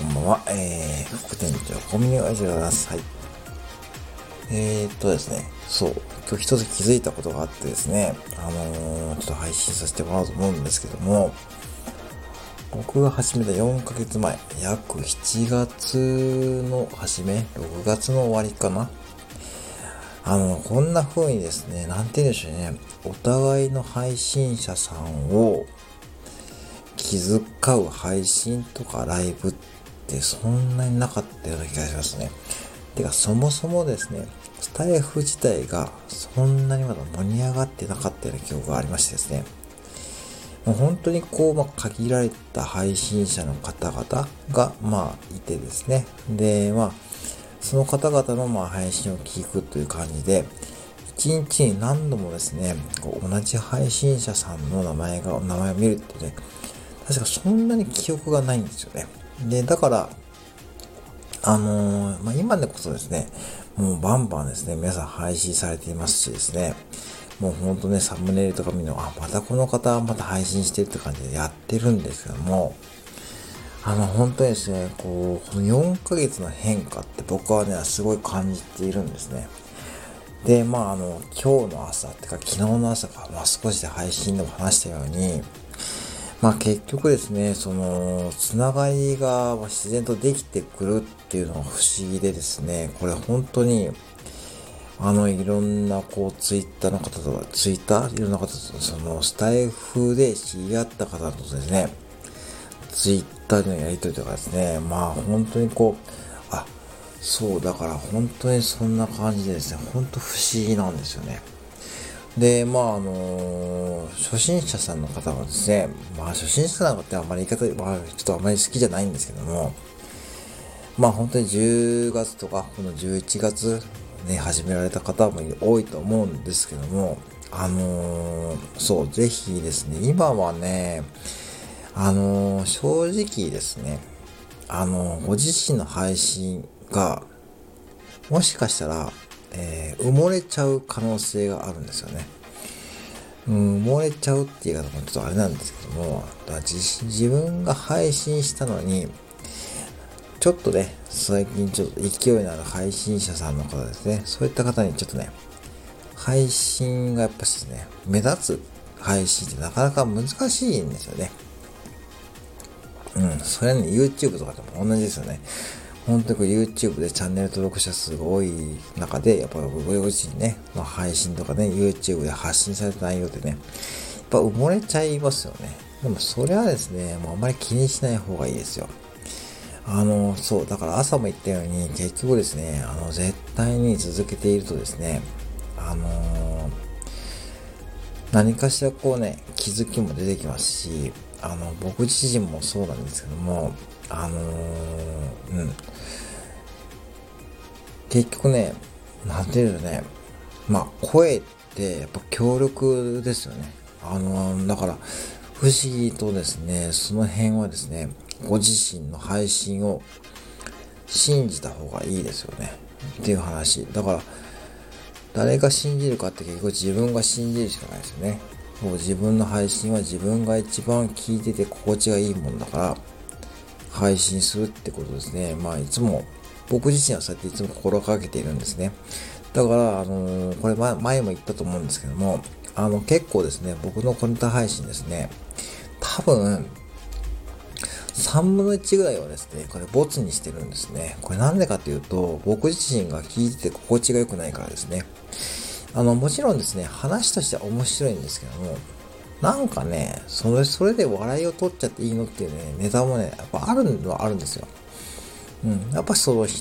こんばんは。副店長、コンビニをおやすみなさい。ですね、そう、今日一つ気づいたことがあってですね、ちょっと配信させてもらおうと思うんですけども、僕が始めた4ヶ月前、約7月の初め、6月の終わりかな。こんな風にですね、なんて言うんでしょうね、お互いの配信者さんを気遣う配信とかライブってそんなになかったような気がしますね。てか、そもそもですね、スタイフ自体がそんなにまだ盛り上がってなかったような記憶がありましてですね、もう本当に限られた配信者の方々がいてですね。で、その方々の配信を聞くという感じで、一日に何度もですね、同じ配信者さんの名前を見るってね、確かそんなに記憶がないんですよね。で、だから、今でこそですね、もうバンバンですね、皆さん配信されていますしですね、もうほんとね、サムネイルとか見るの、またこの方また配信してるって感じでやってるんですけども、本当にですね、この4ヶ月の変化って僕はね、すごい感じているんですね。で、今日の朝ってか昨日の朝か、少しで配信でも話したように、結局ですね、つながりが自然とできてくるっていうのが不思議でですね、これ本当に、いろんなツイッターの方とか、いろんな方と、スタイフで知り合った方とですね、ツイッターでのやりとりとかですね、本当にそう、だから本当にそんな感じでですね、本当不思議なんですよね。で、初心者さんの方はですね、初心者さんってあんまり言い方、ちょっとあんまり好きじゃないんですけども、本当に10月とか、この11月ね、始められた方も多いと思うんですけども、そう、ぜひですね、今はね、正直ですね、ご自身の配信が、もしかしたら、埋もれちゃう可能性があるんですよね。埋もれちゃうっていう言い方もちょっとあれなんですけども、自分が配信したのに、ちょっとね、最近ちょっと勢いのある配信者さんの方ですね、そういった方にちょっとね、配信がやっぱしですね、目立つ配信ってなかなか難しいんですよね。それはね、YouTube とかでも同じですよね。本当にYouTube でチャンネル登録者数が多い中で、やっぱりご自身ね、配信とかね、YouTube で発信された内容でね、やっぱ埋もれちゃいますよね。でもそれはですね、もうあんまり気にしない方がいいですよ。そう、だから朝も言ったように、結局ですね、絶対に続けているとですね、何かしら気づきも出てきますし、僕自身もそうなんですけども、結局ね、なんていうのね、声ってやっぱ強力ですよね。だから、不思議とですね、その辺はですね、ご自身の配信を信じた方がいいですよね。っていう話。だから、誰が信じるかって結局自分が信じるしかないですよね。もう自分の配信は自分が一番聞いてて心地がいいもんだから、配信するってことですね。いつも、僕自身はそうやっていつも心がけているんですね。だから、これ前も言ったと思うんですけども、結構ですね、僕のコネタ配信ですね、多分、3分の1ぐらいはですね、これボツにしてるんですね。これなんでかというと、僕自身が聞いてて心地が良くないからですね。もちろんですね、話としては面白いんですけども、なんかね、それで笑いを取っちゃっていいのっていうね、ネタもね、やっぱあるのはあるんですよ。やっぱ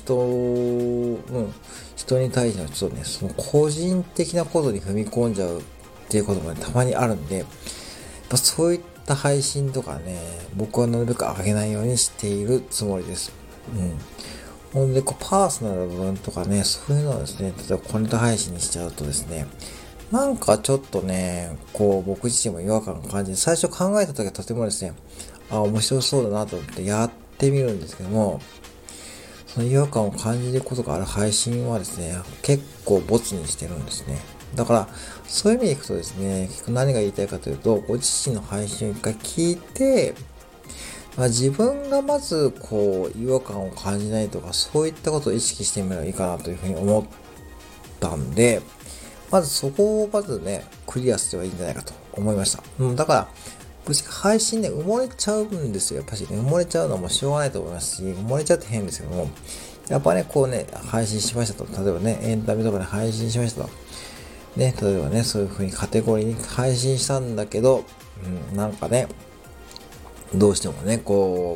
人に対してはちょっとね、その個人的なことに踏み込んじゃうっていうこともね、たまにあるんで、やっぱそういった配信とかね、僕はなるべく上げないようにしているつもりです。ほんで、パーソナルな部分とかね、そういうのをですね、例えばコネタ配信にしちゃうとですね、なんかちょっとね、僕自身も違和感を感じて、最初考えた時はとてもですね、面白そうだなと思ってやってみるんですけども、その違和感を感じることがある配信はですね、結構ボツにしてるんですね。だから、そういう意味でいくとですね、結局何が言いたいかというと、ご自身の配信を一回聞いて、 自分がまず違和感を感じないとか、そういったことを意識してみればいいかなというふうに思ったんで、まずそこをまずね、クリアすればいいんじゃないかと思いました。だから、ぶっちゃけ配信で埋もれちゃうんですよ。やっぱしね、埋もれちゃうのはもうしょうがないと思いますし、埋もれちゃって変ですけども、やっぱね、配信しましたと。例えばね、エンタメとかで配信しましたと。ね、例えばね、そういう風にカテゴリーに配信したんだけど、なんかね、どうしてもね、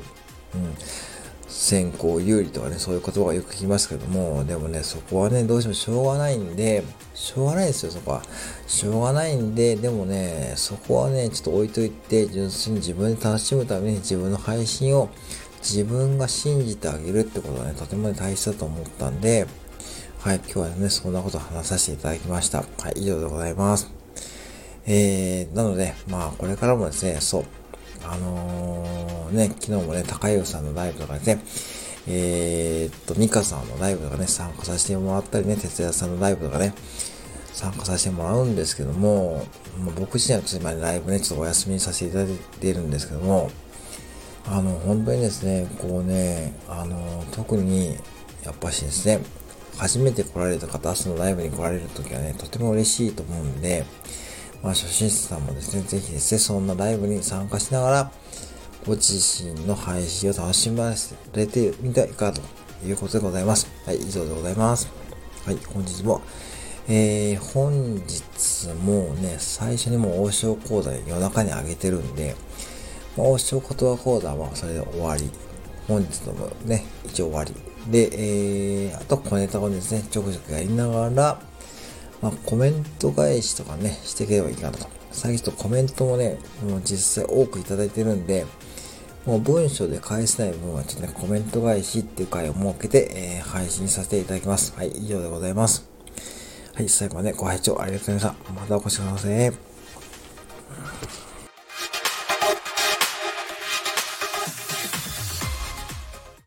先行有利とかね、そういう言葉がよく聞きますけども、でもね、そこはね、どうしてもしょうがないんで、しょうがないですよ、そこは。しょうがないんで、でもね、そこはね、ちょっと置いといて、純粋に自分で楽しむために自分の配信を自分が信じてあげるってことはね、とても、ね、大切だと思ったんで、はい、今日はね、そんなことを話させていただきました。はい、以上でございます。なので、これからもですね、昨日もね、高弘さんのライブとかね、ミカさんのライブとかね、参加させてもらったりね、哲也さんのライブとかね、参加させてもらうんですけども、僕自身はちょっと今ライブね、ちょっとお休みにさせていただいているんですけども、本当にですね、特に、やっぱしですね、初めて来られた方、そのライブに来られるときはね、とても嬉しいと思うんで、初心者さんもですね、ぜひですね、そんなライブに参加しながら、ご自身の配信を楽しませれてみたいかということでございます。はい、以上でございます。はい、本日も、本日もね、最初にもう王将講座夜中に上げてるんで、王将言葉講座はそれで終わり。本日のもね、一応終わり。で、あと小ネタをですね、ちょくちょくやりながら、コメント返しとかね、していければいいかなと。最近ちょっとコメントもね、もう実際多くいただいてるんで、もう文章で返せない分はちょっとね、コメント返しっていう回を設けて、配信させていただきます。はい、以上でございます。はい、最後までご拝聴ありがとうございました。またお越しください。